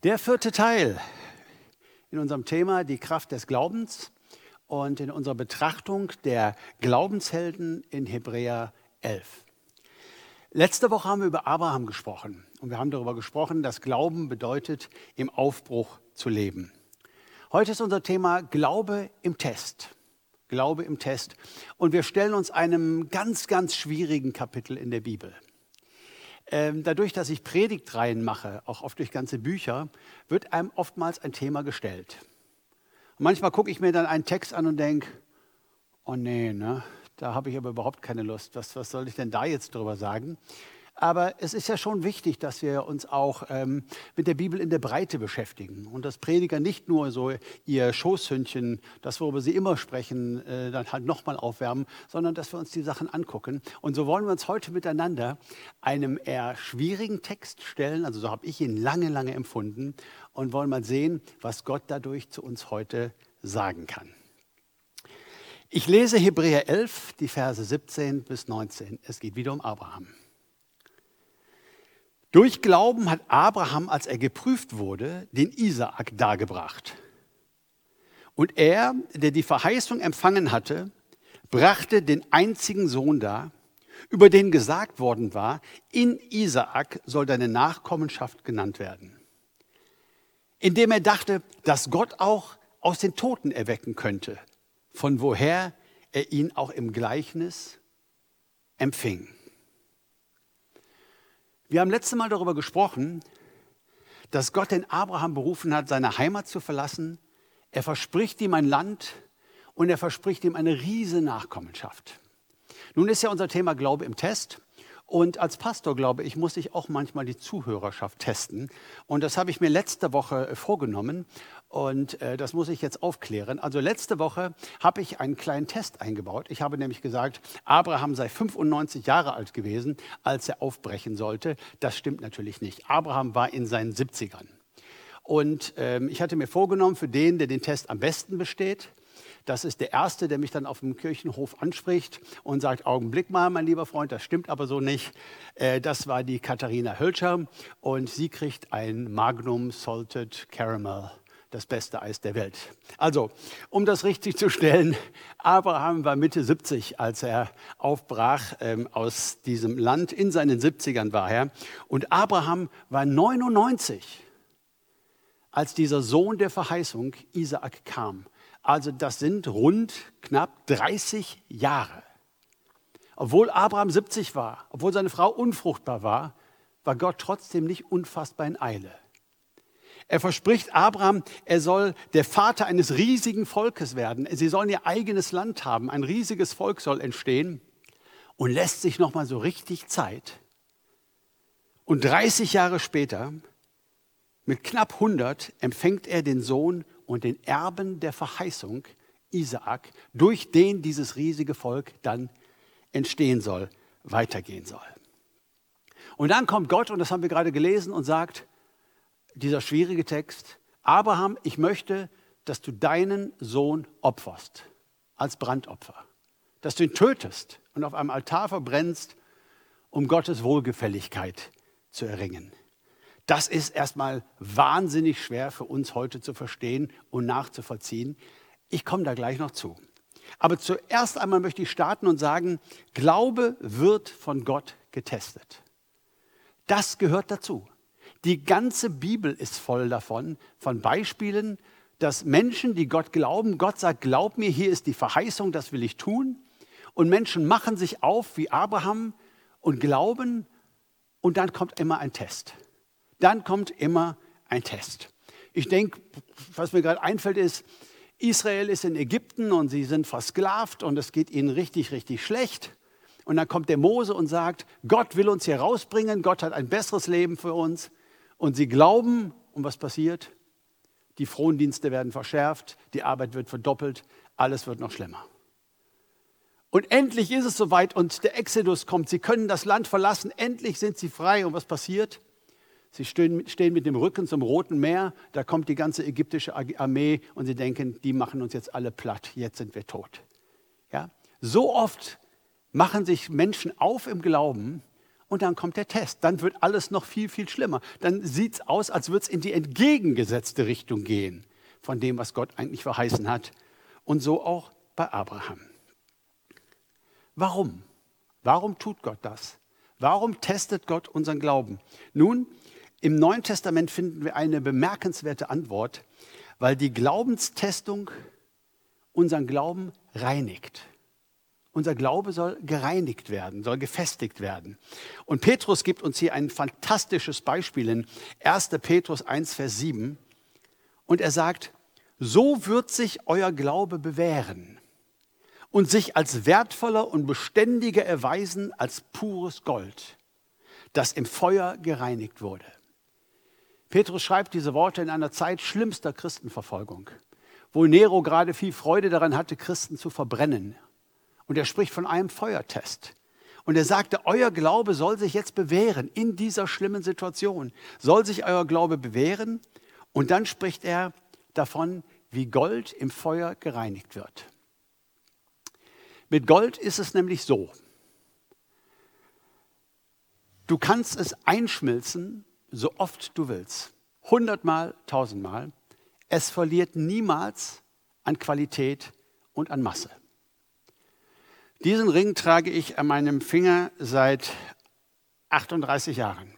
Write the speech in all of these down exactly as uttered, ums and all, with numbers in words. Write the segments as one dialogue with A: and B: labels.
A: Der vierte Teil in unserem Thema die Kraft des Glaubens und in unserer Betrachtung der Glaubenshelden in Hebräer elf. Letzte Woche haben wir über Abraham gesprochen und wir haben darüber gesprochen, dass Glauben bedeutet, im Aufbruch zu leben. Heute ist unser Thema Glaube im Test. Glaube im Test. Und wir stellen uns einem ganz, ganz schwierigen Kapitel in der Bibel. Ähm, dadurch, dass ich Predigtreihen mache, auch oft durch ganze Bücher, wird einem oftmals ein Thema gestellt. Und manchmal gucke ich mir dann einen Text an und denke, oh nee, ne, da habe ich aber überhaupt keine Lust. Was, was soll ich denn da jetzt drüber sagen? Aber es ist ja schon wichtig, dass wir uns auch ähm, mit der Bibel in der Breite beschäftigen. Und dass Prediger nicht nur so ihr Schoßhündchen, das worüber sie immer sprechen, äh, dann halt nochmal aufwärmen, sondern dass wir uns die Sachen angucken. Und so wollen wir uns heute miteinander einem eher schwierigen Text stellen, also so habe ich ihn lange, lange empfunden, und wollen mal sehen, was Gott dadurch zu uns heute sagen kann. Ich lese Hebräer elf, die Verse siebzehn bis neunzehn. Es geht wieder um Abraham. Durch Glauben hat Abraham, als er geprüft wurde, den Isaak dargebracht. Und er, der die Verheißung empfangen hatte, brachte den einzigen Sohn dar, über den gesagt worden war, in Isaak soll deine Nachkommenschaft genannt werden. Indem er dachte, dass Gott auch aus den Toten erwecken könnte, von woher er ihn auch im Gleichnis empfing. Wir haben letztes Mal darüber gesprochen, dass Gott den Abraham berufen hat, seine Heimat zu verlassen. Er verspricht ihm ein Land und er verspricht ihm eine riesige Nachkommenschaft. Nun ist ja unser Thema Glaube im Test. Und als Pastor, glaube ich, muss ich auch manchmal die Zuhörerschaft testen. Und das habe ich mir letzte Woche vorgenommen und äh, das muss ich jetzt aufklären. Also letzte Woche habe ich einen kleinen Test eingebaut. Ich habe nämlich gesagt, Abraham sei fünfundneunzig Jahre alt gewesen, als er aufbrechen sollte. Das stimmt natürlich nicht. Abraham war in seinen siebzigern. Und ähm, ich hatte mir vorgenommen, für den, der den Test am besten besteht, das ist der Erste, der mich dann auf dem Kirchenhof anspricht und sagt, Augenblick mal, mein lieber Freund, das stimmt aber so nicht. Äh, das war die Katharina Hölscher und sie kriegt ein Magnum Salted Caramel, das beste Eis der Welt. Also, um das richtig zu stellen, Abraham war Mitte siebzig, als er aufbrach ähm, aus diesem Land. In seinen siebzigern war er. Und Abraham war neunundneunzig, als dieser Sohn der Verheißung, Isaak, kam. Also das sind rund knapp dreißig Jahre. Obwohl Abraham siebzig war, obwohl seine Frau unfruchtbar war, war Gott trotzdem nicht unfassbar in Eile. Er verspricht Abraham, er soll der Vater eines riesigen Volkes werden. Sie sollen ihr eigenes Land haben, ein riesiges Volk soll entstehen und lässt sich noch mal so richtig Zeit. Und dreißig Jahre später, mit knapp hundert, empfängt er den Sohn und den Erben der Verheißung, Isaak, durch den dieses riesige Volk dann entstehen soll, weitergehen soll. Und dann kommt Gott, und das haben wir gerade gelesen, und sagt, dieser schwierige Text, Abraham, ich möchte, dass du deinen Sohn opferst, als Brandopfer. Dass du ihn tötest und auf einem Altar verbrennst, um Gottes Wohlgefälligkeit zu erringen. Das ist erstmal wahnsinnig schwer für uns heute zu verstehen und nachzuvollziehen. Ich komme da gleich noch zu. Aber zuerst einmal möchte ich starten und sagen, Glaube wird von Gott getestet. Das gehört dazu. Die ganze Bibel ist voll davon, von Beispielen, dass Menschen, die Gott glauben, Gott sagt, glaub mir, hier ist die Verheißung, das will ich tun. Und Menschen machen sich auf wie Abraham und glauben, und dann kommt immer ein Test. Dann kommt immer ein Test. Ich denke, was mir gerade einfällt, ist, Israel ist in Ägypten und sie sind versklavt und es geht ihnen richtig, richtig schlecht. Und dann kommt der Mose und sagt, Gott will uns hier rausbringen, Gott hat ein besseres Leben für uns. Und sie glauben, und was passiert? Die Frondienste werden verschärft, die Arbeit wird verdoppelt, alles wird noch schlimmer. Und endlich ist es soweit und der Exodus kommt, sie können das Land verlassen, endlich sind sie frei. Und was passiert? Sie stehen, stehen mit dem Rücken zum Roten Meer, da kommt die ganze ägyptische Armee und sie denken, die machen uns jetzt alle platt, jetzt sind wir tot. Ja? So oft machen sich Menschen auf im Glauben Und dann kommt der Test. Dann wird alles noch viel, viel schlimmer. Dann sieht es aus, als würde es in die entgegengesetzte Richtung gehen von dem, was Gott eigentlich verheißen hat. Und so auch bei Abraham. Warum? Warum tut Gott das? Warum testet Gott unseren Glauben? Nun, im Neuen Testament finden wir eine bemerkenswerte Antwort, weil die Glaubenstestung unseren Glauben reinigt. Unser Glaube soll gereinigt werden, soll gefestigt werden. Und Petrus gibt uns hier ein fantastisches Beispiel in erster Petrus eins, Vers sieben. Und er sagt, so wird sich euer Glaube bewähren und sich als wertvoller und beständiger erweisen als pures Gold, das im Feuer gereinigt wurde. Petrus schreibt diese Worte in einer Zeit schlimmster Christenverfolgung, wo Nero gerade viel Freude daran hatte, Christen zu verbrennen. Und er spricht von einem Feuertest. Und er sagte, euer Glaube soll sich jetzt bewähren in dieser schlimmen Situation. Soll sich euer Glaube bewähren? Und dann spricht er davon, wie Gold im Feuer gereinigt wird. Mit Gold ist es nämlich so. Du kannst es einschmilzen, so oft du willst. Hundertmal, tausendmal. Es verliert niemals an Qualität und an Masse. Diesen Ring trage ich an meinem Finger seit achtunddreißig Jahren.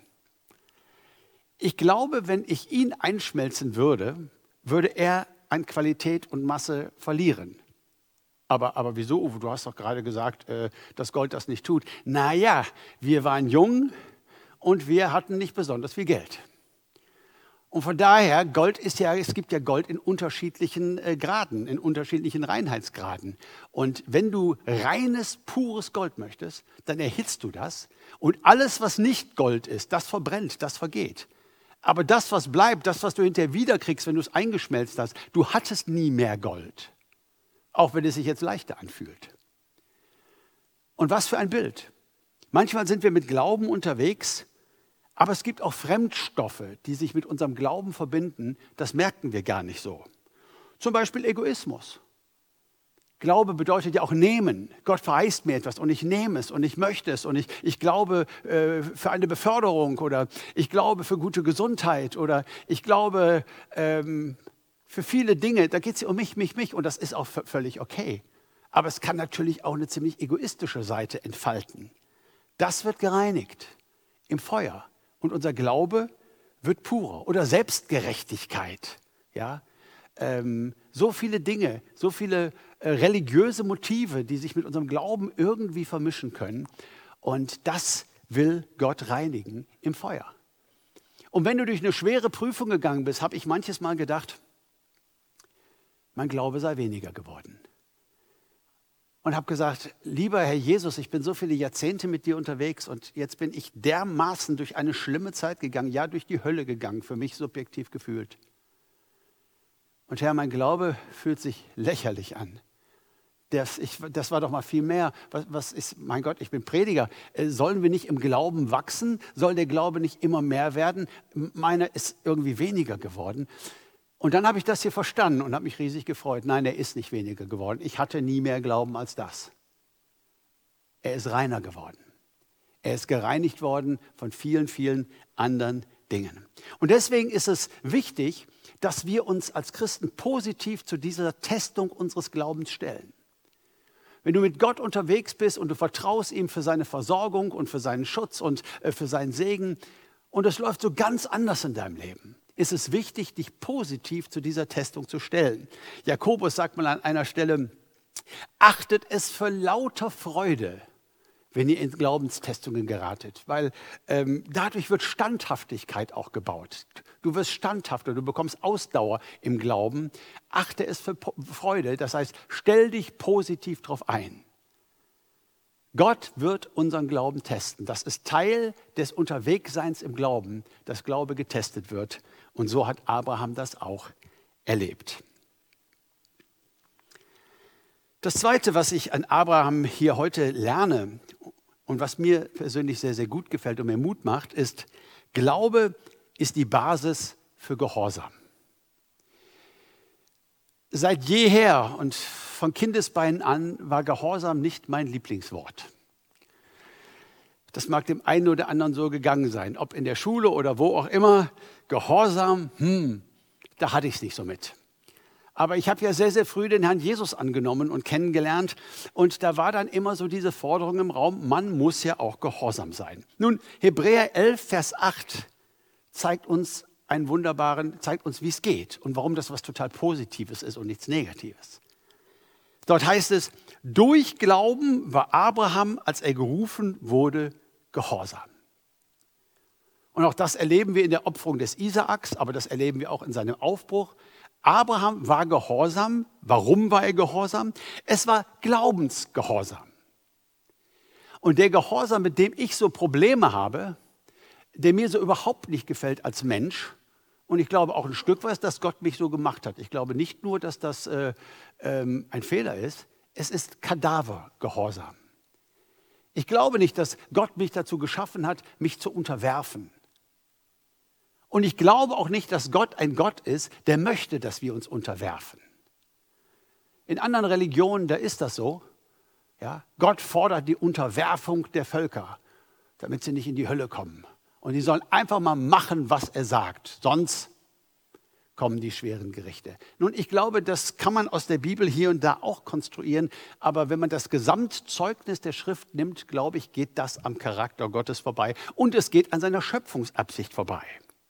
A: Ich glaube, wenn ich ihn einschmelzen würde, würde er an Qualität und Masse verlieren. Aber, aber wieso, Uwe? Du hast doch gerade gesagt, äh, dass Gold das nicht tut. Naja, wir waren jung und wir hatten nicht besonders viel Geld. Und von daher, Gold ist ja, es gibt ja Gold in unterschiedlichen äh, Graden, in unterschiedlichen Reinheitsgraden. Und wenn du reines, pures Gold möchtest, dann erhitzt du das. Und alles, was nicht Gold ist, das verbrennt, das vergeht. Aber das, was bleibt, das, was du hinterher wiederkriegst, wenn du es eingeschmelzt hast, du hattest nie mehr Gold. Auch wenn es sich jetzt leichter anfühlt. Und was für ein Bild. Manchmal sind wir mit Glauben unterwegs, aber es gibt auch Fremdstoffe, die sich mit unserem Glauben verbinden. Das merken wir gar nicht so. Zum Beispiel Egoismus. Glaube bedeutet ja auch nehmen. Gott verheißt mir etwas und ich nehme es und ich möchte es und ich, ich glaube äh, für eine Beförderung oder ich glaube für gute Gesundheit oder ich glaube ähm, für viele Dinge. Da geht es ja um mich, mich, mich und das ist auch v- völlig okay. Aber es kann natürlich auch eine ziemlich egoistische Seite entfalten. Das wird gereinigt im Feuer. Und unser Glaube wird purer. Oder Selbstgerechtigkeit. Ja? Ähm, so viele Dinge, so viele äh, religiöse Motive, die sich mit unserem Glauben irgendwie vermischen können. Und das will Gott reinigen im Feuer. Und wenn du durch eine schwere Prüfung gegangen bist, habe ich manches Mal gedacht, mein Glaube sei weniger geworden. Und habe gesagt, lieber Herr Jesus, ich bin so viele Jahrzehnte mit dir unterwegs und jetzt bin ich dermaßen durch eine schlimme Zeit gegangen, ja durch die Hölle gegangen, für mich subjektiv gefühlt. Und Herr, mein Glaube fühlt sich lächerlich an. Das, ich, das war doch mal viel mehr. Was, was ist, mein Gott, ich bin Prediger. Äh, sollen wir nicht im Glauben wachsen? Soll der Glaube nicht immer mehr werden? Meiner ist irgendwie weniger geworden. Und dann habe ich das hier verstanden und habe mich riesig gefreut. Nein, er ist nicht weniger geworden. Ich hatte nie mehr Glauben als das. Er ist reiner geworden. Er ist gereinigt worden von vielen, vielen anderen Dingen. Und deswegen ist es wichtig, dass wir uns als Christen positiv zu dieser Testung unseres Glaubens stellen. Wenn du mit Gott unterwegs bist und du vertraust ihm für seine Versorgung und für seinen Schutz und für seinen Segen und es läuft so ganz anders in deinem Leben, ist es wichtig, dich positiv zu dieser Testung zu stellen. Jakobus sagt mal an einer Stelle, achtet es für lauter Freude, wenn ihr in Glaubenstestungen geratet, weil ähm, dadurch wird Standhaftigkeit auch gebaut. Du wirst standhafter, du bekommst Ausdauer im Glauben. Achte es für Freude, das heißt, stell dich positiv darauf ein. Gott wird unseren Glauben testen. Das ist Teil des Unterwegsseins im Glauben, dass Glaube getestet wird. Und so hat Abraham das auch erlebt. Das Zweite, was ich an Abraham hier heute lerne und was mir persönlich sehr, sehr gut gefällt und mir Mut macht, ist, Glaube ist die Basis für Gehorsam. Seit jeher und von Kindesbeinen an war Gehorsam nicht mein Lieblingswort. Das mag dem einen oder anderen so gegangen sein, ob in der Schule oder wo auch immer. Gehorsam, hm, da hatte ich es nicht so mit. Aber ich habe ja sehr, sehr früh den Herrn Jesus angenommen und kennengelernt. Und da war dann immer so diese Forderung im Raum, man muss ja auch gehorsam sein. Nun, Hebräer elf, Vers acht zeigt uns einen wunderbaren, zeigt uns, wie es geht und warum das was total Positives ist und nichts Negatives. Dort heißt es, durch Glauben war Abraham, als er gerufen wurde, gehorsam. Und auch das erleben wir in der Opferung des Isaaks, aber das erleben wir auch in seinem Aufbruch. Abraham war gehorsam. Warum war er gehorsam? Es war Glaubensgehorsam. Und der Gehorsam, mit dem ich so Probleme habe, der mir so überhaupt nicht gefällt als Mensch, und ich glaube auch ein Stück weit, dass Gott mich so gemacht hat. Ich glaube nicht nur, dass das äh, ähm, ein Fehler ist, es ist Kadavergehorsam. Ich glaube nicht, dass Gott mich dazu geschaffen hat, mich zu unterwerfen. Und ich glaube auch nicht, dass Gott ein Gott ist, der möchte, dass wir uns unterwerfen. In anderen Religionen, da ist das so. Ja? Gott fordert die Unterwerfung der Völker, damit sie nicht in die Hölle kommen. Und die sollen einfach mal machen, was er sagt. Sonst kommen die schweren Gerichte. Nun, ich glaube, das kann man aus der Bibel hier und da auch konstruieren. Aber wenn man das Gesamtzeugnis der Schrift nimmt, glaube ich, geht das am Charakter Gottes vorbei. Und es geht an seiner Schöpfungsabsicht vorbei.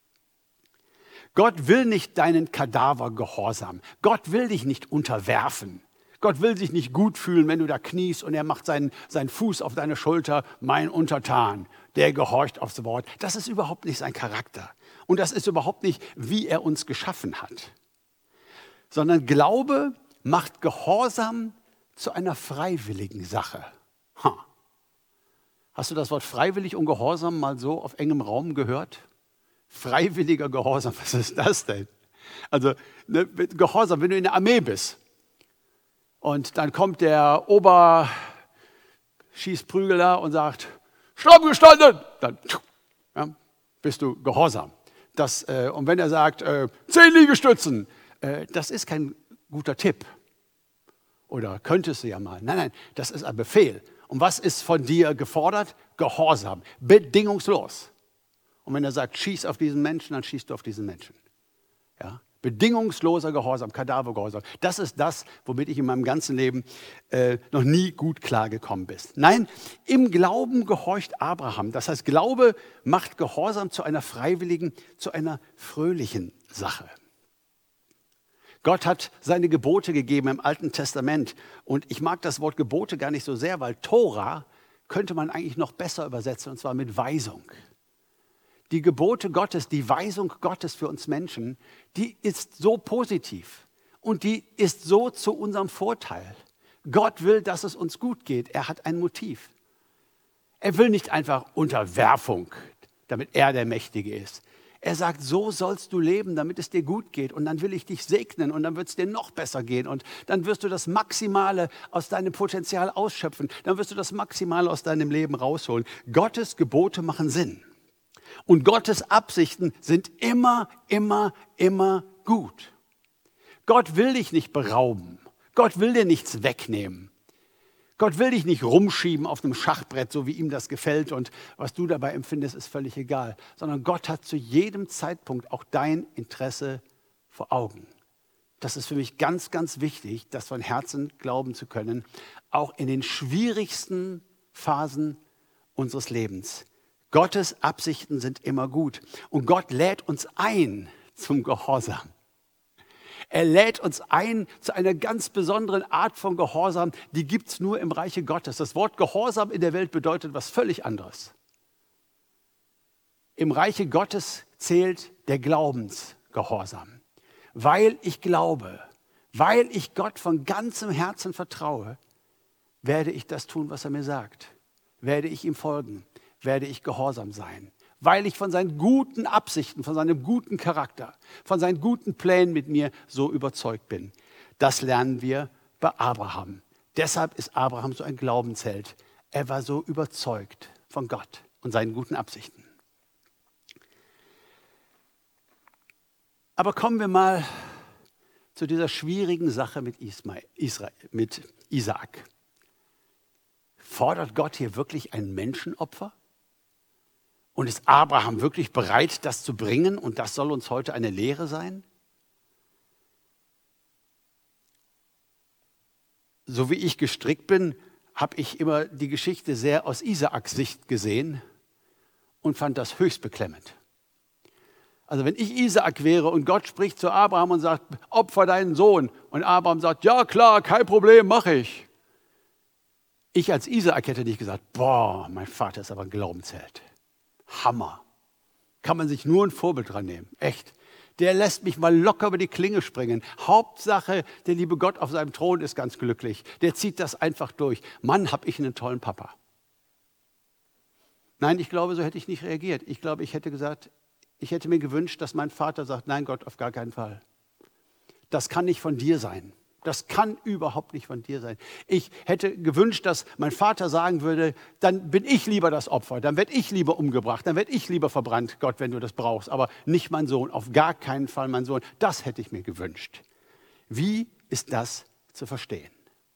A: Gott will nicht deinen Kadavergehorsam. Gott will dich nicht unterwerfen. Gott will sich nicht gut fühlen, wenn du da kniest und er macht seinen, seinen Fuß auf deine Schulter, mein Untertan, der gehorcht aufs Wort. Das ist überhaupt nicht sein Charakter. Und das ist überhaupt nicht, wie er uns geschaffen hat. Sondern Glaube macht Gehorsam zu einer freiwilligen Sache. Ha. Hast du das Wort freiwillig und Gehorsam mal so auf engem Raum gehört? Freiwilliger Gehorsam, was ist das denn? Also ne, Gehorsam, wenn du in der Armee bist und dann kommt der Oberschießprügler und sagt, Stopp gestanden, dann ja, bist du gehorsam. Das, äh, und wenn er sagt, äh, zehn Liegestützen, äh, das ist kein guter Tipp. Oder könntest du ja mal. Nein, nein, das ist ein Befehl. Und was ist von dir gefordert? Gehorsam, bedingungslos. Und wenn er sagt, schieß auf diesen Menschen, dann schießt du auf diesen Menschen. Ja? Bedingungsloser Gehorsam, Kadavergehorsam. Das ist das, womit ich in meinem ganzen Leben äh, noch nie gut klargekommen bin. Nein, im Glauben gehorcht Abraham. Das heißt, Glaube macht Gehorsam zu einer freiwilligen, zu einer fröhlichen Sache. Gott hat seine Gebote gegeben im Alten Testament. Und ich mag das Wort Gebote gar nicht so sehr, weil Tora könnte man eigentlich noch besser übersetzen, und zwar mit Weisung. Die Gebote Gottes, die Weisung Gottes für uns Menschen, die ist so positiv und die ist so zu unserem Vorteil. Gott will, dass es uns gut geht. Er hat ein Motiv. Er will nicht einfach Unterwerfung, damit er der Mächtige ist. Er sagt, so sollst du leben, damit es dir gut geht. Und dann will ich dich segnen und dann wird es dir noch besser gehen. Und dann wirst du das Maximale aus deinem Potenzial ausschöpfen. Dann wirst du das Maximale aus deinem Leben rausholen. Gottes Gebote machen Sinn. Und Gottes Absichten sind immer, immer, immer gut. Gott will dich nicht berauben. Gott will dir nichts wegnehmen. Gott will dich nicht rumschieben auf einem Schachbrett, so wie ihm das gefällt. Und was du dabei empfindest, ist völlig egal. Sondern Gott hat zu jedem Zeitpunkt auch dein Interesse vor Augen. Das ist für mich ganz, ganz wichtig, das von Herzen glauben zu können. Auch in den schwierigsten Phasen unseres Lebens. Gottes Absichten sind immer gut und Gott lädt uns ein zum Gehorsam. Er lädt uns ein zu einer ganz besonderen Art von Gehorsam, die gibt es nur im Reiche Gottes. Das Wort Gehorsam in der Welt bedeutet was völlig anderes. Im Reiche Gottes zählt der Glaubensgehorsam. Weil ich glaube, weil ich Gott von ganzem Herzen vertraue, werde ich das tun, was er mir sagt. Werde ich ihm folgen. Werde ich gehorsam sein, weil ich von seinen guten Absichten, von seinem guten Charakter, von seinen guten Plänen mit mir so überzeugt bin. Das lernen wir bei Abraham. Deshalb ist Abraham so ein Glaubensheld. Er war so überzeugt von Gott und seinen guten Absichten. Aber kommen wir mal zu dieser schwierigen Sache mit, Ismael, Israel, mit Isaak. Fordert Gott hier wirklich ein Menschenopfer? Und ist Abraham wirklich bereit, das zu bringen? Und das soll uns heute eine Lehre sein? So wie ich gestrickt bin, habe ich immer die Geschichte sehr aus Isaaks Sicht gesehen und fand das höchst beklemmend. Also wenn ich Isaak wäre und Gott spricht zu Abraham und sagt, opfer deinen Sohn. Und Abraham sagt, ja klar, kein Problem, mache ich. Ich als Isaak hätte nicht gesagt, boah, mein Vater ist aber ein Glaubensheld. Hammer. Kann man sich nur ein Vorbild dran nehmen. Echt. Der lässt mich mal locker über die Klinge springen. Hauptsache, der liebe Gott auf seinem Thron ist ganz glücklich. Der zieht das einfach durch. Mann, hab ich einen tollen Papa. Nein, ich glaube, so hätte ich nicht reagiert. Ich glaube, ich hätte gesagt, ich hätte mir gewünscht, dass mein Vater sagt, nein Gott, auf gar keinen Fall. Das kann nicht von dir sein. Das kann überhaupt nicht von dir sein. Ich hätte gewünscht, dass mein Vater sagen würde, dann bin ich lieber das Opfer, dann werde ich lieber umgebracht, dann werde ich lieber verbrannt, Gott, wenn du das brauchst. Aber nicht mein Sohn, auf gar keinen Fall mein Sohn. Das hätte ich mir gewünscht. Wie ist das zu verstehen?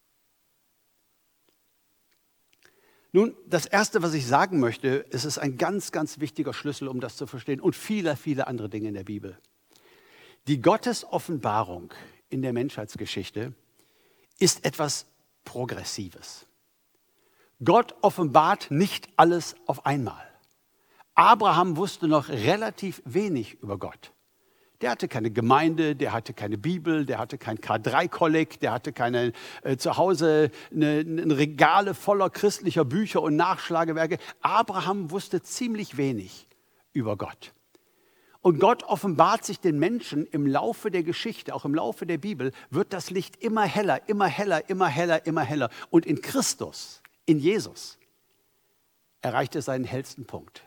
A: Nun, das Erste, was ich sagen möchte, es ist ein ganz, ganz wichtiger Schlüssel, um das zu verstehen und viele, viele andere Dinge in der Bibel. Die Gottesoffenbarung in der Menschheitsgeschichte ist etwas Progressives. Gott offenbart nicht alles auf einmal. Abraham wusste noch relativ wenig über Gott. Der hatte keine Gemeinde, der hatte keine Bibel, der hatte kein K drei Kolleg, der hatte keine äh, zu Hause eine, eine Regale voller christlicher Bücher und Nachschlagewerke. Abraham wusste ziemlich wenig über Gott. Und Gott offenbart sich den Menschen im Laufe der Geschichte, auch im Laufe der Bibel, wird das Licht immer heller, immer heller, immer heller, immer heller. Und in Christus, in Jesus, erreicht er seinen hellsten Punkt.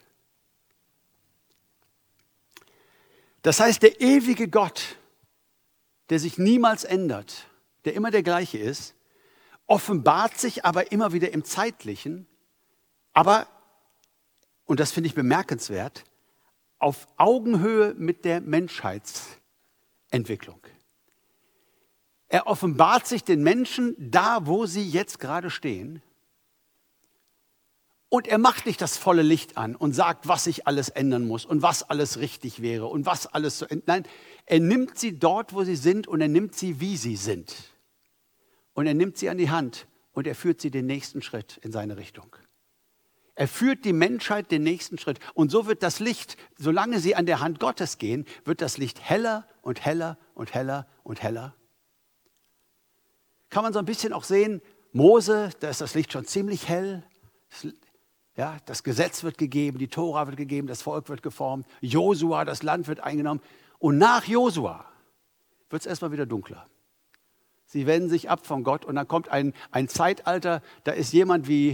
A: Das heißt, der ewige Gott, der sich niemals ändert, der immer der gleiche ist, offenbart sich aber immer wieder im Zeitlichen, aber, und das finde ich bemerkenswert, auf Augenhöhe mit der Menschheitsentwicklung. Er offenbart sich den Menschen da, wo sie jetzt gerade stehen. Und er macht nicht das volle Licht an und sagt, was sich alles ändern muss und was alles richtig wäre und was alles so. Nein, er nimmt sie dort, wo sie sind und er nimmt sie, wie sie sind. Und er nimmt sie an die Hand und er führt sie den nächsten Schritt in seine Richtung. Er führt die Menschheit den nächsten Schritt. Und so wird das Licht, solange sie an der Hand Gottes gehen, wird das Licht heller und heller und heller und heller. Kann man so ein bisschen auch sehen, Mose, da ist das Licht schon ziemlich hell. Ja, das Gesetz wird gegeben, die Tora wird gegeben, das Volk wird geformt. Josua, das Land wird eingenommen. Und nach Josua wird es erstmal wieder dunkler. Sie wenden sich ab von Gott und dann kommt ein, ein Zeitalter, da ist jemand wie...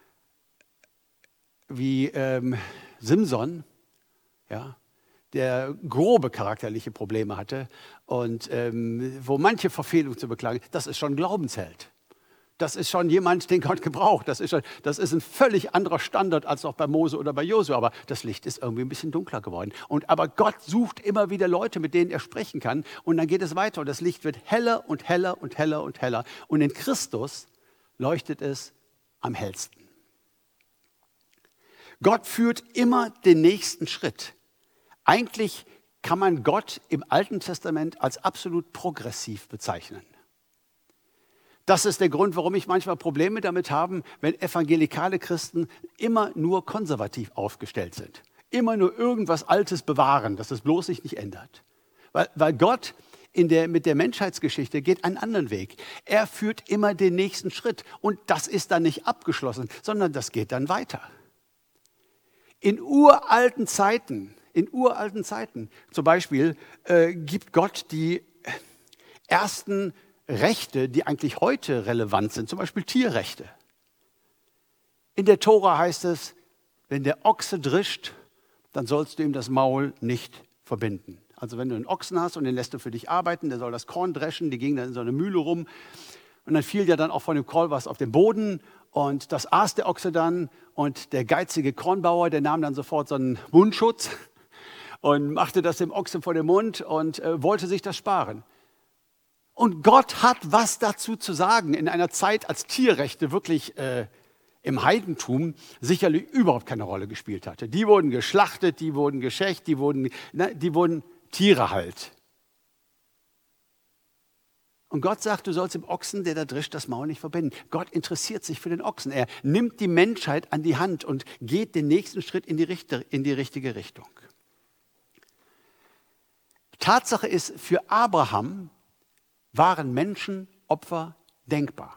A: wie ähm, Simson, ja, der grobe charakterliche Probleme hatte und ähm, wo manche Verfehlung zu beklagen, das ist schon ein Glaubensheld. Das ist schon jemand, den Gott gebraucht. Das ist, schon, das ist ein völlig anderer Standard als auch bei Mose oder bei Josua. Aber das Licht ist irgendwie ein bisschen dunkler geworden. Und, aber Gott sucht immer wieder Leute, mit denen er sprechen kann. Und dann geht es weiter und das Licht wird heller und heller und heller und heller. Und in Christus leuchtet es am hellsten. Gott führt immer den nächsten Schritt. Eigentlich kann man Gott im Alten Testament als absolut progressiv bezeichnen. Das ist der Grund, warum ich manchmal Probleme damit habe, wenn evangelikale Christen immer nur konservativ aufgestellt sind. Immer nur irgendwas Altes bewahren, dass es bloß sich nicht ändert. Weil, weil Gott in der, mit der Menschheitsgeschichte geht einen anderen Weg. Er führt immer den nächsten Schritt. Und das ist dann nicht abgeschlossen, sondern das geht dann weiter. In uralten Zeiten, in uralten Zeiten zum Beispiel, äh, gibt Gott die ersten Rechte, die eigentlich heute relevant sind, zum Beispiel Tierrechte. In der Tora heißt es, wenn der Ochse drischt, dann sollst du ihm das Maul nicht verbinden. Also wenn du einen Ochsen hast und den lässt du für dich arbeiten, der soll das Korn dreschen, die ging dann in so eine Mühle rum und dann fiel ja dann auch von dem Korn was auf den Boden. Und das aß der Ochse dann und der geizige Kornbauer, der nahm dann sofort so einen Mundschutz und machte das dem Ochsen vor den Mund und äh, wollte sich das sparen. Und Gott hat was dazu zu sagen in einer Zeit, als Tierrechte wirklich äh, im Heidentum sicherlich überhaupt keine Rolle gespielt hatte. Die wurden geschlachtet, die wurden geschächt, die wurden, ne, die wurden Tiere halt. Und Gott sagt, du sollst dem Ochsen, der da drischt, das Maul nicht verbinden. Gott interessiert sich für den Ochsen. Er nimmt die Menschheit an die Hand und geht den nächsten Schritt in die, Richter, in die richtige Richtung. Tatsache ist, für Abraham waren Menschenopfer denkbar.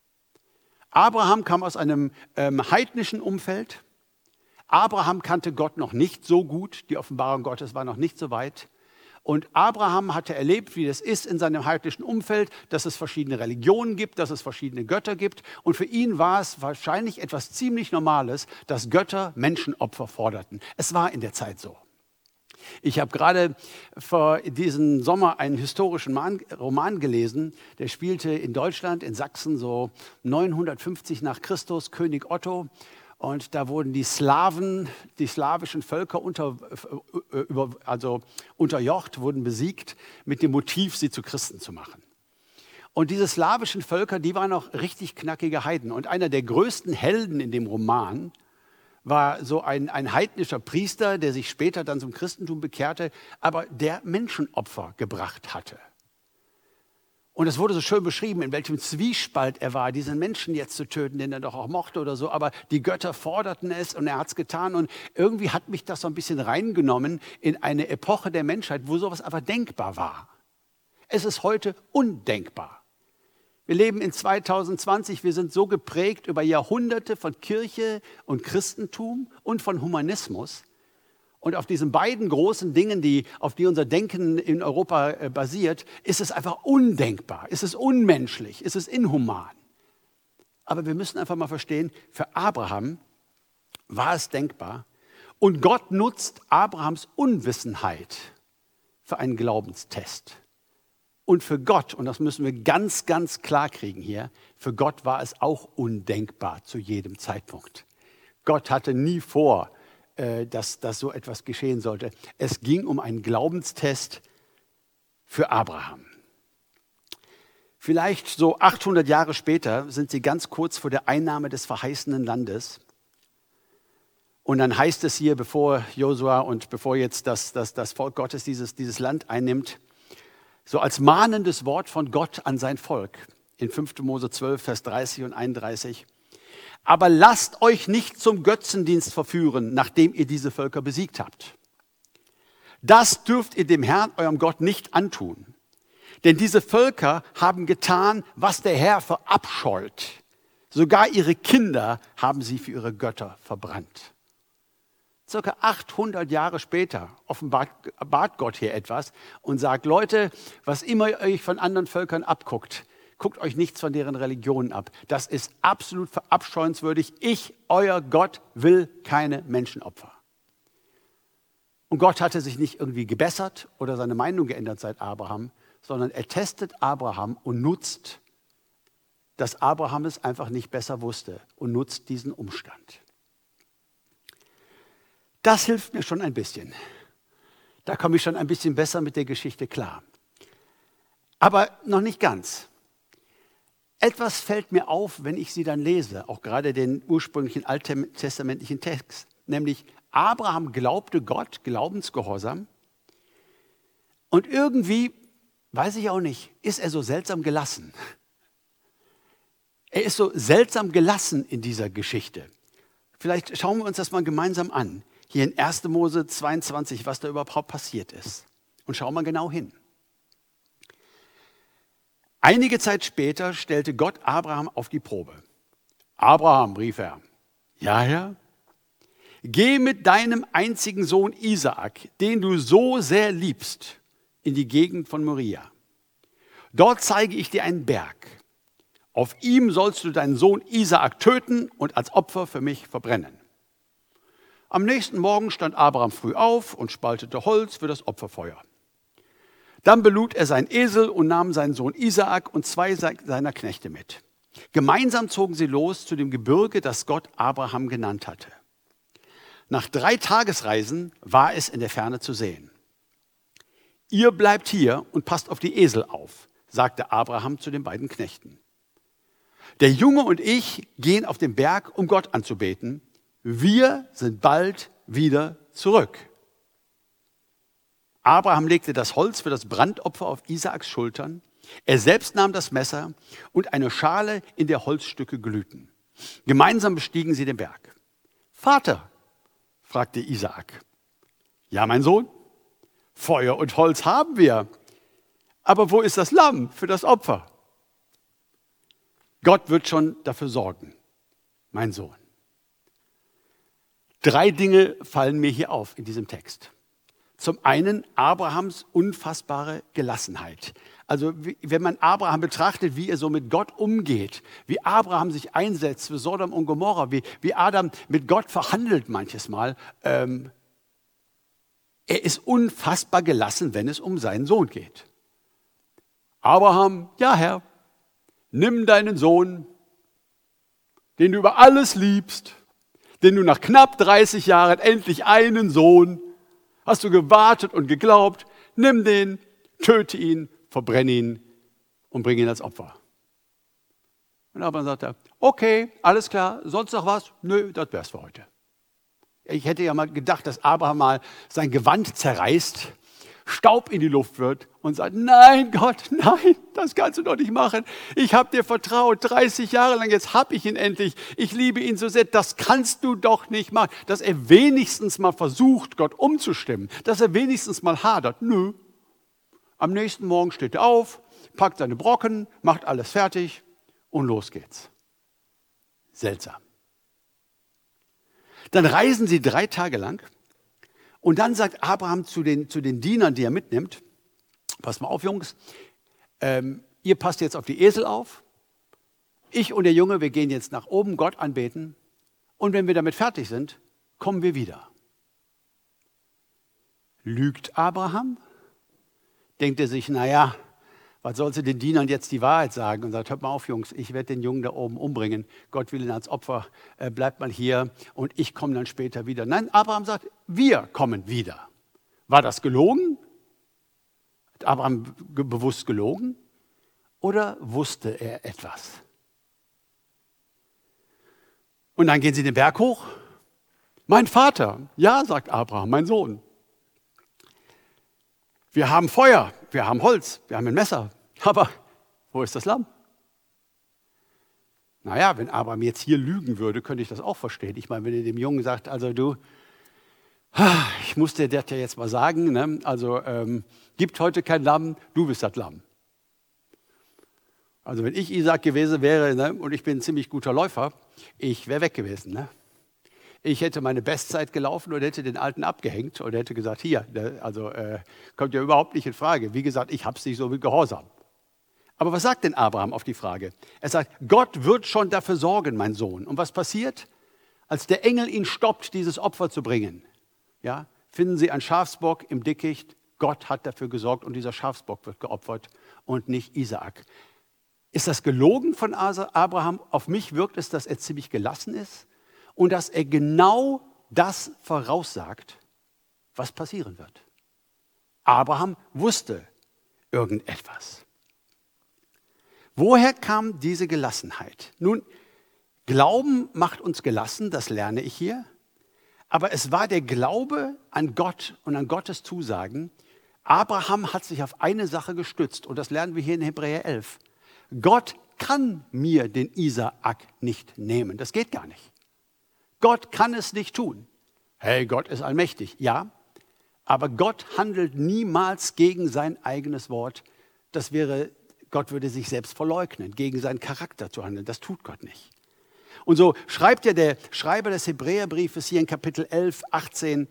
A: Abraham kam aus einem ähm, heidnischen Umfeld. Abraham kannte Gott noch nicht so gut. Die Offenbarung Gottes war noch nicht so weit. Und Abraham hatte erlebt, wie das ist in seinem heidnischen Umfeld, dass es verschiedene Religionen gibt, dass es verschiedene Götter gibt. Und für ihn war es wahrscheinlich etwas ziemlich Normales, dass Götter Menschenopfer forderten. Es war in der Zeit so. Ich habe gerade vor diesem Sommer einen historischen Roman gelesen, der spielte in Deutschland, in Sachsen, so neunhundertfünfzig nach Christus, König Otto. Und da wurden die Slawen, die slawischen Völker unter, über, also unterjocht, wurden besiegt, mit dem Motiv, sie zu Christen zu machen. Und diese slawischen Völker, die waren auch richtig knackige Heiden. Und einer der größten Helden in dem Roman war so ein, ein heidnischer Priester, der sich später dann zum Christentum bekehrte, aber der Menschenopfer gebracht hatte. Und es wurde so schön beschrieben, in welchem Zwiespalt er war, diesen Menschen jetzt zu töten, den er doch auch mochte oder so. Aber die Götter forderten es und er hat es getan. Und irgendwie hat mich das so ein bisschen reingenommen in eine Epoche der Menschheit, wo sowas aber denkbar war. Es ist heute undenkbar. Wir leben in zweitausendzwanzig, wir sind so geprägt über Jahrhunderte von Kirche und Christentum und von Humanismus. Und auf diesen beiden großen Dingen, die, auf die unser Denken in Europa äh, basiert, ist es einfach undenkbar, ist es unmenschlich, ist es inhuman. Aber wir müssen einfach mal verstehen, für Abraham war es denkbar. Und Gott nutzt Abrahams Unwissenheit für einen Glaubenstest. Und für Gott, und das müssen wir ganz, ganz klar kriegen hier, für Gott war es auch undenkbar zu jedem Zeitpunkt. Gott hatte nie vor, Dass, dass so etwas geschehen sollte. Es ging um einen Glaubenstest für Abraham. Vielleicht so achthundert Jahre später sind sie ganz kurz vor der Einnahme des verheißenen Landes. Und dann heißt es hier, bevor Josua und bevor jetzt das, das, das Volk Gottes dieses, dieses Land einnimmt, so als mahnendes Wort von Gott an sein Volk in fünfter Mose zwölf, Vers dreißig und einunddreißig. Aber lasst euch nicht zum Götzendienst verführen, nachdem ihr diese Völker besiegt habt. Das dürft ihr dem Herrn, eurem Gott, nicht antun. Denn diese Völker haben getan, was der Herr verabscheut. Sogar ihre Kinder haben sie für ihre Götter verbrannt. Circa achthundert Jahre später offenbart Gott hier etwas und sagt, Leute, was immer ihr euch von anderen Völkern abguckt, guckt euch nichts von deren Religionen ab. Das ist absolut verabscheuenswürdig. Ich, euer Gott, will keine Menschenopfer. Und Gott hatte sich nicht irgendwie gebessert oder seine Meinung geändert seit Abraham, sondern er testet Abraham und nutzt, dass Abraham es einfach nicht besser wusste und nutzt diesen Umstand. Das hilft mir schon ein bisschen. Da komme ich schon ein bisschen besser mit der Geschichte klar. Aber noch nicht ganz. Etwas fällt mir auf, wenn ich sie dann lese, auch gerade den ursprünglichen alttestamentlichen Text, nämlich Abraham glaubte Gott, Glaubensgehorsam, und irgendwie, weiß ich auch nicht, ist er so seltsam gelassen. Er ist so seltsam gelassen in dieser Geschichte. Vielleicht schauen wir uns das mal gemeinsam an, hier in erster Mose zweiundzwanzig, was da überhaupt passiert ist. Und schauen wir genau hin. Einige Zeit später stellte Gott Abraham auf die Probe. Abraham, rief er, ja, Herr, geh mit deinem einzigen Sohn Isaak, den du so sehr liebst, in die Gegend von Moria. Dort zeige ich dir einen Berg. Auf ihm sollst du deinen Sohn Isaak töten und als Opfer für mich verbrennen. Am nächsten Morgen stand Abraham früh auf und spaltete Holz für das Opferfeuer. Dann belud er seinen Esel und nahm seinen Sohn Isaak und zwei seiner Knechte mit. Gemeinsam zogen sie los zu dem Gebirge, das Gott Abraham genannt hatte. Nach drei Tagesreisen war es in der Ferne zu sehen. Ihr bleibt hier und passt auf die Esel auf, sagte Abraham zu den beiden Knechten. Der Junge und ich gehen auf den Berg, um Gott anzubeten. Wir sind bald wieder zurück. Abraham legte das Holz für das Brandopfer auf Isaaks Schultern. Er selbst nahm das Messer und eine Schale, in der Holzstücke glühten. Gemeinsam bestiegen sie den Berg. Vater, fragte Isaak. Ja, mein Sohn, Feuer und Holz haben wir. Aber wo ist das Lamm für das Opfer? Gott wird schon dafür sorgen, mein Sohn. Drei Dinge fallen mir hier auf in diesem Text. Zum einen Abrahams unfassbare Gelassenheit. Also wenn man Abraham betrachtet, wie er so mit Gott umgeht, wie Abraham sich einsetzt für Sodom und Gomorra, wie, wie Adam mit Gott verhandelt manches Mal, ähm, er ist unfassbar gelassen, wenn es um seinen Sohn geht. Abraham, ja Herr, nimm deinen Sohn, den du über alles liebst, den du nach knapp dreißig Jahren endlich einen Sohn, hast du gewartet und geglaubt, nimm den, töte ihn, verbrenne ihn und bring ihn als Opfer. Und Abraham sagt er, okay, alles klar, sonst noch was? Nö, das wär's für heute. Ich hätte ja mal gedacht, dass Abraham mal sein Gewand zerreißt, Staub in die Luft wird und sagt, nein Gott, nein, das kannst du doch nicht machen. Ich habe dir vertraut, dreißig Jahre lang, jetzt habe ich ihn endlich. Ich liebe ihn so sehr, das kannst du doch nicht machen. Dass er wenigstens mal versucht, Gott umzustimmen, dass er wenigstens mal hadert. Nö. Am nächsten Morgen steht er auf, packt seine Brocken, macht alles fertig und los geht's. Seltsam. Dann reisen sie drei Tage lang. Und dann sagt Abraham zu den, zu den Dienern, die er mitnimmt, pass mal auf, Jungs, ähm, ihr passt jetzt auf die Esel auf. Ich und der Junge, wir gehen jetzt nach oben Gott anbeten. Und wenn wir damit fertig sind, kommen wir wieder. Lügt Abraham? Denkt er sich, naja, was soll sie den Dienern jetzt die Wahrheit sagen? Und sagt, hört mal auf, Jungs, ich werde den Jungen da oben umbringen. Gott will ihn als Opfer, äh, bleibt mal hier und ich komme dann später wieder. Nein, Abraham sagt, wir kommen wieder. War das gelogen? Hat Abraham ge- bewusst gelogen? Oder wusste er etwas? Und dann gehen sie den Berg hoch. Mein Vater, ja, sagt Abraham, mein Sohn. Wir haben Feuer, wir haben Holz, wir haben ein Messer. Aber wo ist das Lamm? Naja, wenn Abraham jetzt hier lügen würde, könnte ich das auch verstehen. Ich meine, wenn er dem Jungen sagt, also du, ich muss dir das ja jetzt mal sagen, ne? also ähm, gibt heute kein Lamm, du bist das Lamm. Also wenn ich Isaak gewesen wäre, ne, und ich bin ein ziemlich guter Läufer, ich wäre weg gewesen. Ne? Ich hätte meine Bestzeit gelaufen und hätte den Alten abgehängt und hätte gesagt, hier, ne, also äh, kommt ja überhaupt nicht in Frage. Wie gesagt, ich habe es nicht so mit Gehorsam. Aber was sagt denn Abraham auf die Frage? Er sagt, Gott wird schon dafür sorgen, mein Sohn. Und was passiert? Als der Engel ihn stoppt, dieses Opfer zu bringen, ja, finden sie einen Schafsbock im Dickicht. Gott hat dafür gesorgt und dieser Schafsbock wird geopfert und nicht Isaak. Ist das gelogen von Abraham? Auf mich wirkt es, dass er ziemlich gelassen ist und dass er genau das voraussagt, was passieren wird. Abraham wusste irgendetwas. Woher kam diese Gelassenheit? Nun, Glauben macht uns gelassen, das lerne ich hier. Aber es war der Glaube an Gott und an Gottes Zusagen. Abraham hat sich auf eine Sache gestützt und das lernen wir hier in Hebräer elf. Gott kann mir den Isaak nicht nehmen. Das geht gar nicht. Gott kann es nicht tun. Hey, Gott ist allmächtig. Ja, aber Gott handelt niemals gegen sein eigenes Wort. Das wäre, Gott würde sich selbst verleugnen, gegen seinen Charakter zu handeln. Das tut Gott nicht. Und so schreibt ja der Schreiber des Hebräerbriefes hier in Kapitel elf, achtzehn,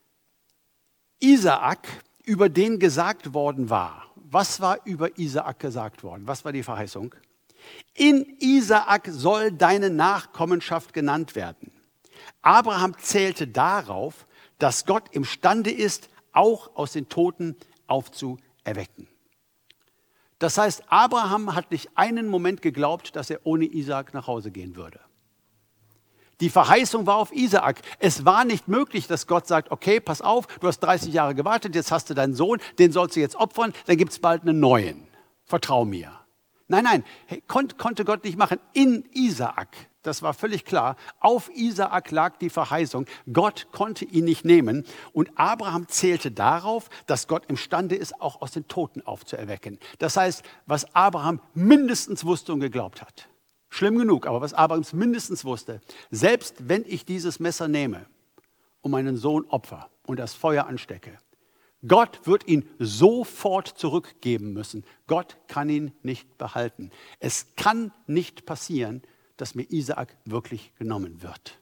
A: Isaak, über den gesagt worden war. Was war über Isaak gesagt worden? Was war die Verheißung? In Isaak soll deine Nachkommenschaft genannt werden. Abraham zählte darauf, dass Gott imstande ist, auch aus den Toten aufzuerwecken. Das heißt, Abraham hat nicht einen Moment geglaubt, dass er ohne Isaak nach Hause gehen würde. Die Verheißung war auf Isaak. Es war nicht möglich, dass Gott sagt, okay, pass auf, du hast dreißig Jahre gewartet, jetzt hast du deinen Sohn, den sollst du jetzt opfern, dann gibt es bald einen neuen. Vertrau mir. Nein, nein, kon- konnte Gott nicht machen. In Isaak, das war völlig klar. Auf Isaak lag die Verheißung. Gott konnte ihn nicht nehmen. Und Abraham zählte darauf, dass Gott imstande ist, auch aus den Toten aufzuerwecken. Das heißt, was Abraham mindestens wusste und geglaubt hat. Schlimm genug, aber was Abraham mindestens wusste. Selbst wenn ich dieses Messer nehme und meinen Sohn opfer und das Feuer anstecke, Gott wird ihn sofort zurückgeben müssen. Gott kann ihn nicht behalten. Es kann nicht passieren, dass mir Isaak wirklich genommen wird.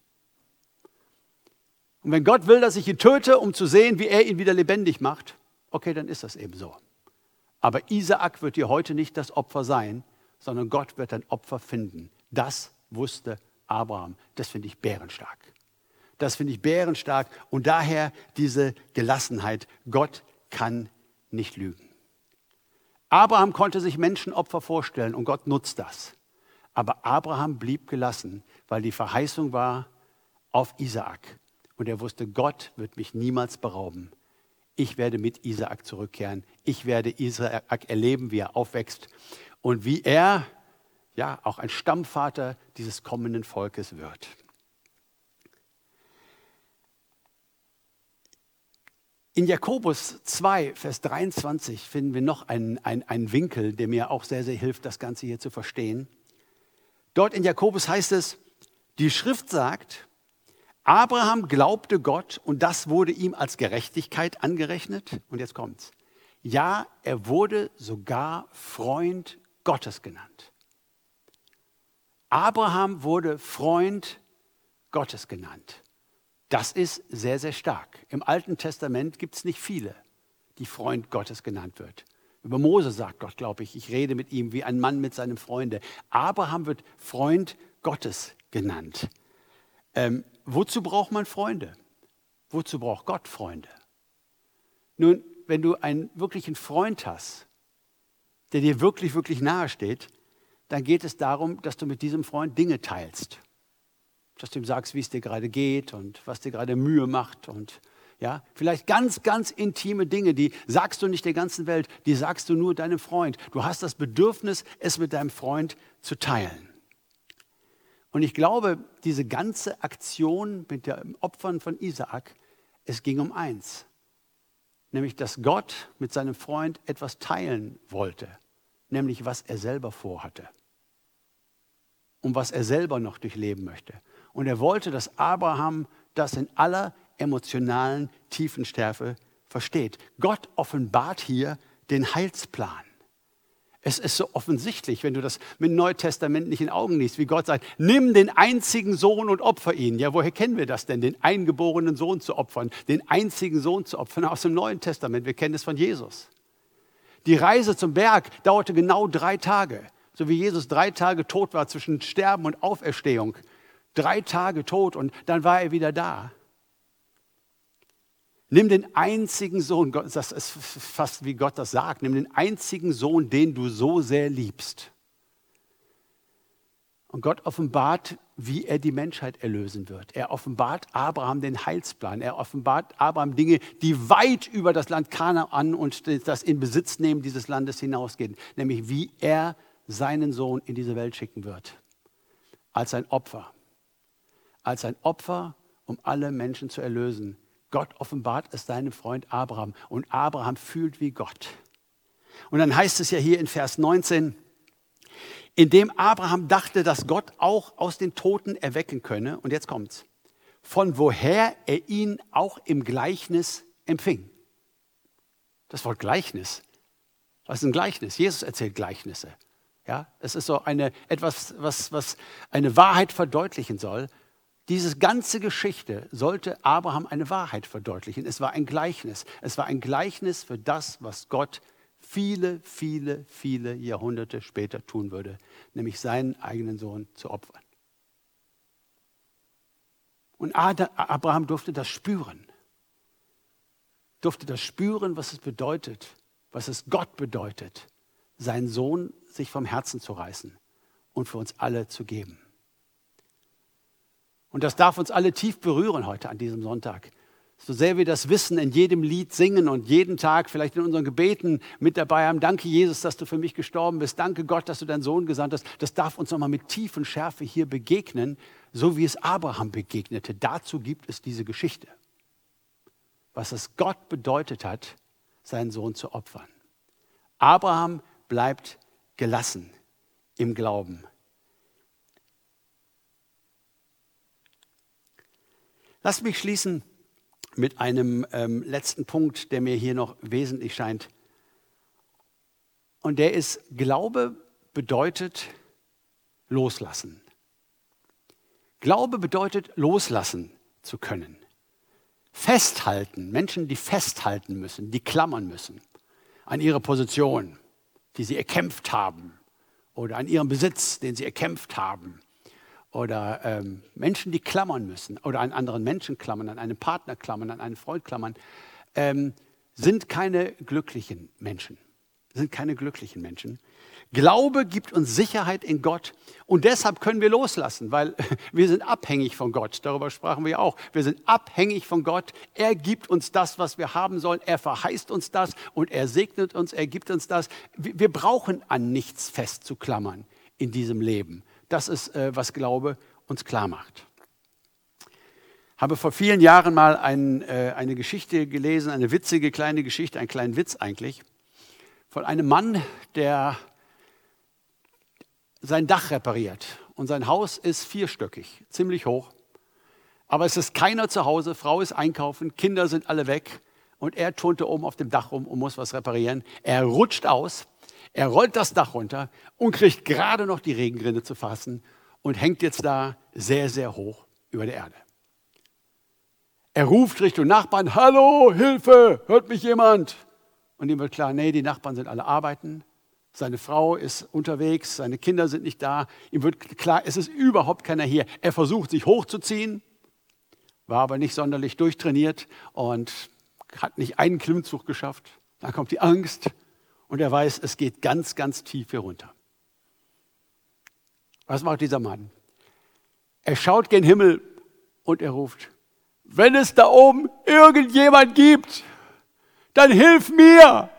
A: Und wenn Gott will, dass ich ihn töte, um zu sehen, wie er ihn wieder lebendig macht, okay, dann ist das eben so. Aber Isaak wird dir heute nicht das Opfer sein, sondern Gott wird ein Opfer finden. Das wusste Abraham. Das finde ich bärenstark. Das finde ich bärenstark und daher diese Gelassenheit. Gott kann nicht lügen. Abraham konnte sich Menschenopfer vorstellen und Gott nutzt das. Aber Abraham blieb gelassen, weil die Verheißung war auf Isaak. Und er wusste, Gott wird mich niemals berauben. Ich werde mit Isaak zurückkehren. Ich werde Isaak erleben, wie er aufwächst und wie er ja auch ein Stammvater dieses kommenden Volkes wird. In Jakobus zwei, Vers dreiundzwanzig finden wir noch einen, einen, einen Winkel, der mir auch sehr, sehr hilft, das Ganze hier zu verstehen. Dort in Jakobus heißt es, die Schrift sagt, Abraham glaubte Gott und das wurde ihm als Gerechtigkeit angerechnet. Und jetzt kommt's. Ja, er wurde sogar Freund Gottes genannt. Abraham wurde Freund Gottes genannt. Das ist sehr, sehr stark. Im Alten Testament gibt es nicht viele, die Freund Gottes genannt wird. Über Mose sagt Gott, glaube ich, ich rede mit ihm wie ein Mann mit seinem Freunde. Abraham wird Freund Gottes genannt. Ähm, wozu braucht man Freunde? Wozu braucht Gott Freunde? Nun, wenn du einen wirklichen Freund hast, der dir wirklich, wirklich nahe steht, dann geht es darum, dass du mit diesem Freund Dinge teilst. Dass du ihm sagst, wie es dir gerade geht und was dir gerade Mühe macht. Und ja, vielleicht ganz, ganz intime Dinge, die sagst du nicht der ganzen Welt, die sagst du nur deinem Freund. Du hast das Bedürfnis, es mit deinem Freund zu teilen. Und ich glaube, diese ganze Aktion mit den Opfern von Isaak, es ging um eins. Nämlich, dass Gott mit seinem Freund etwas teilen wollte. Nämlich, was er selber vorhatte. Und was er selber noch durchleben möchte. Und er wollte, dass Abraham das in aller emotionalen Tiefenschärfe versteht. Gott offenbart hier den Heilsplan. Es ist so offensichtlich, wenn du das mit dem Neuen Testament nicht in Augen liest, wie Gott sagt, nimm den einzigen Sohn und opfer ihn. Ja, woher kennen wir das denn, den eingeborenen Sohn zu opfern, den einzigen Sohn zu opfern? Aus dem Neuen Testament, wir kennen es von Jesus. Die Reise zum Berg dauerte genau drei Tage. So wie Jesus drei Tage tot war zwischen Sterben und Auferstehung. Drei Tage tot und dann war er wieder da. Nimm den einzigen Sohn, das ist fast wie Gott das sagt, nimm den einzigen Sohn, den du so sehr liebst. Und Gott offenbart, wie er die Menschheit erlösen wird. Er offenbart Abraham den Heilsplan. Er offenbart Abraham Dinge, die weit über das Land Kanaan und das Inbesitznehmen dieses Landes hinausgehen. Nämlich wie er seinen Sohn in diese Welt schicken wird. Als ein Opfer. Als ein Opfer, um alle Menschen zu erlösen. Gott offenbart es seinem Freund Abraham. Und Abraham fühlt wie Gott. Und dann heißt es ja hier in Vers neunzehn, indem Abraham dachte, dass Gott auch aus den Toten erwecken könne. Und jetzt kommt's. Von woher er ihn auch im Gleichnis empfing. Das Wort Gleichnis. Was ist ein Gleichnis? Jesus erzählt Gleichnisse. Ja, es ist so eine, etwas, was, was eine Wahrheit verdeutlichen soll. Diese ganze Geschichte sollte Abraham eine Wahrheit verdeutlichen. Es war ein Gleichnis. Es war ein Gleichnis für das, was Gott viele, viele, viele Jahrhunderte später tun würde, nämlich seinen eigenen Sohn zu opfern. Und Abraham durfte das spüren. Durfte das spüren, was es bedeutet, was es Gott bedeutet, seinen Sohn sich vom Herzen zu reißen und für uns alle zu geben. Und das darf uns alle tief berühren heute an diesem Sonntag. So sehr wir das Wissen in jedem Lied singen und jeden Tag vielleicht in unseren Gebeten mit dabei haben, danke Jesus, dass du für mich gestorben bist, danke Gott, dass du deinen Sohn gesandt hast, das darf uns nochmal mit Tief und Schärfe hier begegnen, so wie es Abraham begegnete. Dazu gibt es diese Geschichte, was es Gott bedeutet hat, seinen Sohn zu opfern. Abraham bleibt gelassen im Glauben. Lass mich schließen mit einem ähm, letzten Punkt, der mir hier noch wesentlich scheint. Und der ist, Glaube bedeutet loslassen. Glaube bedeutet loslassen zu können. Festhalten, Menschen, die festhalten müssen, die klammern müssen an ihre Position, die sie erkämpft haben, oder an ihrem Besitz, den sie erkämpft haben. Oder ähm, Menschen, die klammern müssen oder an anderen Menschen klammern, an einen Partner klammern, an einen Freund klammern, ähm, sind keine glücklichen Menschen. Sind keine glücklichen Menschen. Glaube gibt uns Sicherheit in Gott und deshalb können wir loslassen, weil wir sind abhängig von Gott. Darüber sprachen wir auch. Wir sind abhängig von Gott. Er gibt uns das, was wir haben sollen. Er verheißt uns das und er segnet uns, er gibt uns das. Wir, wir brauchen an nichts festzuklammern in diesem Leben. Das ist, äh, was Glaube uns klar macht. Ich habe vor vielen Jahren mal ein, äh, eine Geschichte gelesen, eine witzige kleine Geschichte, einen kleinen Witz eigentlich, von einem Mann, der sein Dach repariert. Und sein Haus ist vierstöckig, ziemlich hoch. Aber es ist keiner zu Hause, Frau ist einkaufen, Kinder sind alle weg und er turnte oben auf dem Dach rum und muss was reparieren. Er rutscht aus. Er rollt das Dach runter und kriegt gerade noch die Regenrinne zu fassen und hängt jetzt da sehr, sehr hoch über der Erde. Er ruft Richtung Nachbarn, hallo, Hilfe, hört mich jemand? Und ihm wird klar, nee, die Nachbarn sind alle arbeiten, seine Frau ist unterwegs, seine Kinder sind nicht da. Ihm wird klar, es ist überhaupt keiner hier. Er versucht, sich hochzuziehen, war aber nicht sonderlich durchtrainiert und hat nicht einen Klimmzug geschafft. Dann kommt die Angst. Und er weiß, es geht ganz, ganz tief hier runter. Was macht dieser Mann? Er schaut gen Himmel und er ruft, wenn es da oben irgendjemand gibt, dann hilf mir.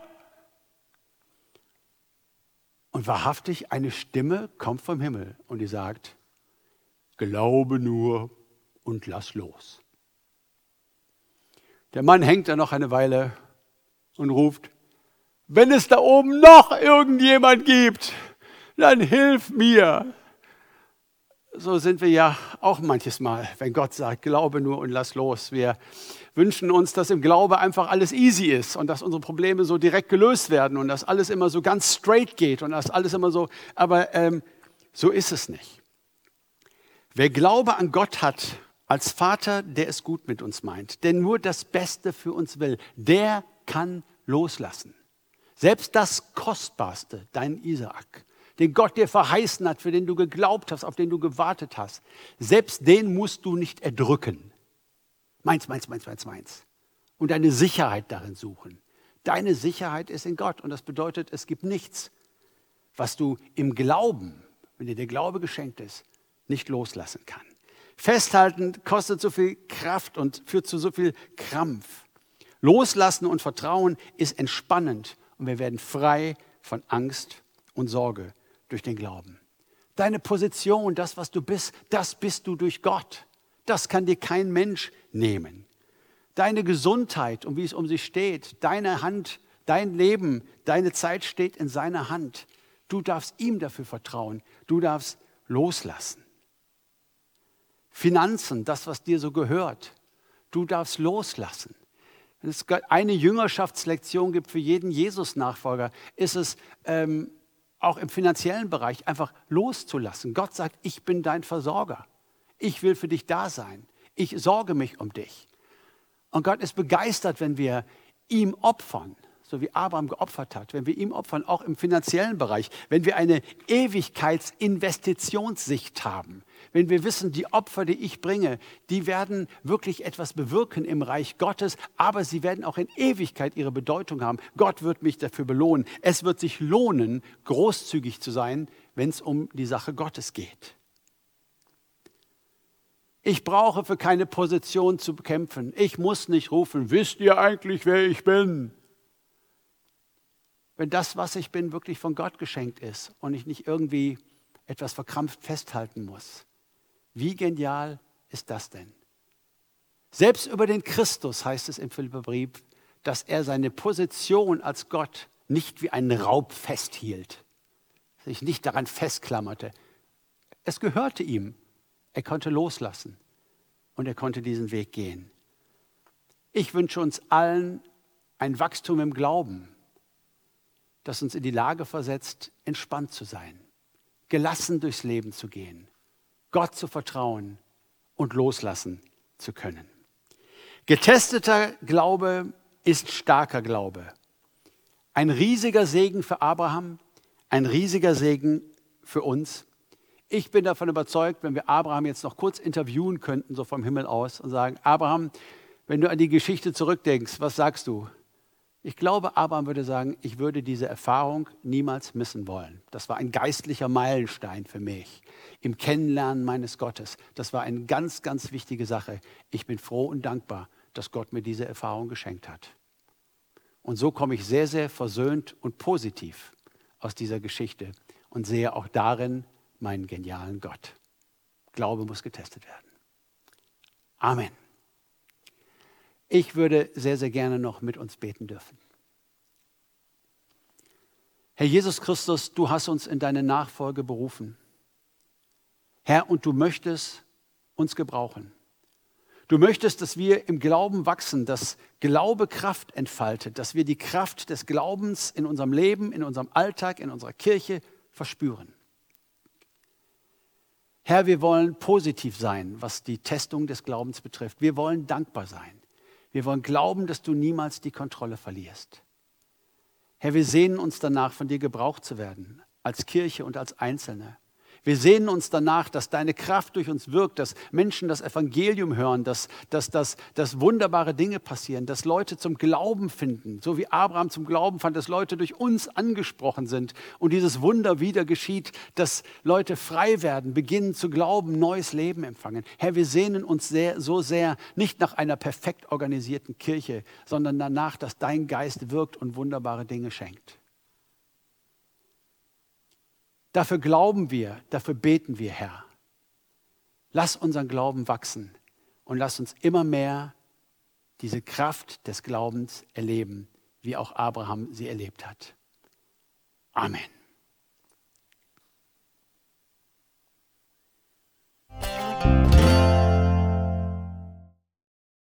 A: Und wahrhaftig, eine Stimme kommt vom Himmel und die sagt, glaube nur und lass los. Der Mann hängt da noch eine Weile und ruft, wenn es da oben noch irgendjemand gibt, dann hilf mir. So sind wir ja auch manches Mal, wenn Gott sagt, glaube nur und lass los. Wir wünschen uns, dass im Glaube einfach alles easy ist und dass unsere Probleme so direkt gelöst werden und dass alles immer so ganz straight geht und dass alles immer so, aber ähm, so ist es nicht. Wer Glaube an Gott hat, als Vater, der es gut mit uns meint, der nur das Beste für uns will, der kann loslassen. Selbst das Kostbarste, dein Isaak, den Gott dir verheißen hat, für den du geglaubt hast, auf den du gewartet hast, selbst den musst du nicht erdrücken. Meins, meins, meins, meins, meins. Und deine Sicherheit darin suchen. Deine Sicherheit ist in Gott. Und das bedeutet, es gibt nichts, was du im Glauben, wenn dir der Glaube geschenkt ist, nicht loslassen kann. Festhalten kostet so viel Kraft und führt zu so viel Krampf. Loslassen und Vertrauen ist entspannend. Und wir werden frei von Angst und Sorge durch den Glauben. Deine Position, das, was du bist, das bist du durch Gott. Das kann dir kein Mensch nehmen. Deine Gesundheit und wie es um sie steht, deine Hand, dein Leben, deine Zeit steht in seiner Hand. Du darfst ihm dafür vertrauen. Du darfst loslassen. Finanzen, das, was dir so gehört, du darfst loslassen. Wenn es eine Jüngerschaftslektion gibt für jeden Jesus-Nachfolger, ist es ähm, auch im finanziellen Bereich einfach loszulassen. Gott sagt, ich bin dein Versorger. Ich will für dich da sein. Ich sorge mich um dich. Und Gott ist begeistert, wenn wir ihm opfern, so wie Abraham geopfert hat, wenn wir ihm opfern, auch im finanziellen Bereich, wenn wir eine Ewigkeitsinvestitionssicht haben, wenn wir wissen, die Opfer, die ich bringe, die werden wirklich etwas bewirken im Reich Gottes, aber sie werden auch in Ewigkeit ihre Bedeutung haben. Gott wird mich dafür belohnen. Es wird sich lohnen, großzügig zu sein, wenn es um die Sache Gottes geht. Ich brauche für keine Position zu kämpfen. Ich muss nicht rufen, wisst ihr eigentlich, wer ich bin? Wenn das, was ich bin, wirklich von Gott geschenkt ist und ich nicht irgendwie etwas verkrampft festhalten muss. Wie genial ist das denn? Selbst über den Christus heißt es im Philipperbrief, dass er seine Position als Gott nicht wie einen Raub festhielt, sich nicht daran festklammerte. Es gehörte ihm. Er konnte loslassen und er konnte diesen Weg gehen. Ich wünsche uns allen ein Wachstum im Glauben, das uns in die Lage versetzt, entspannt zu sein, gelassen durchs Leben zu gehen, Gott zu vertrauen und loslassen zu können. Getesteter Glaube ist starker Glaube. Ein riesiger Segen für Abraham, ein riesiger Segen für uns. Ich bin davon überzeugt, wenn wir Abraham jetzt noch kurz interviewen könnten, so vom Himmel aus, und sagen, Abraham, wenn du an die Geschichte zurückdenkst, was sagst du? Ich glaube, Abraham würde sagen, ich würde diese Erfahrung niemals missen wollen. Das war ein geistlicher Meilenstein für mich im Kennenlernen meines Gottes. Das war eine ganz, ganz wichtige Sache. Ich bin froh und dankbar, dass Gott mir diese Erfahrung geschenkt hat. Und so komme ich sehr, sehr versöhnt und positiv aus dieser Geschichte und sehe auch darin meinen genialen Gott. Glaube muss getestet werden. Amen. Ich würde sehr, sehr gerne noch mit uns beten dürfen. Herr Jesus Christus, du hast uns in deine Nachfolge berufen. Herr, und du möchtest uns gebrauchen. Du möchtest, dass wir im Glauben wachsen, dass Glaube Kraft entfaltet, dass wir die Kraft des Glaubens in unserem Leben, in unserem Alltag, in unserer Kirche verspüren. Herr, wir wollen positiv sein, was die Testung des Glaubens betrifft. Wir wollen dankbar sein. Wir wollen glauben, dass du niemals die Kontrolle verlierst. Herr, wir sehnen uns danach, von dir gebraucht zu werden, als Kirche und als Einzelne. Wir sehnen uns danach, dass deine Kraft durch uns wirkt, dass Menschen das Evangelium hören, dass, dass, dass, dass wunderbare Dinge passieren, dass Leute zum Glauben finden, so wie Abraham zum Glauben fand, dass Leute durch uns angesprochen sind und dieses Wunder wieder geschieht, dass Leute frei werden, beginnen zu glauben, neues Leben empfangen. Herr, wir sehnen uns sehr, so sehr nicht nach einer perfekt organisierten Kirche, sondern danach, dass dein Geist wirkt und wunderbare Dinge schenkt. Dafür glauben wir, dafür beten wir, Herr. Lass unseren Glauben wachsen und lass uns immer mehr diese Kraft des Glaubens erleben, wie auch Abraham sie erlebt hat. Amen.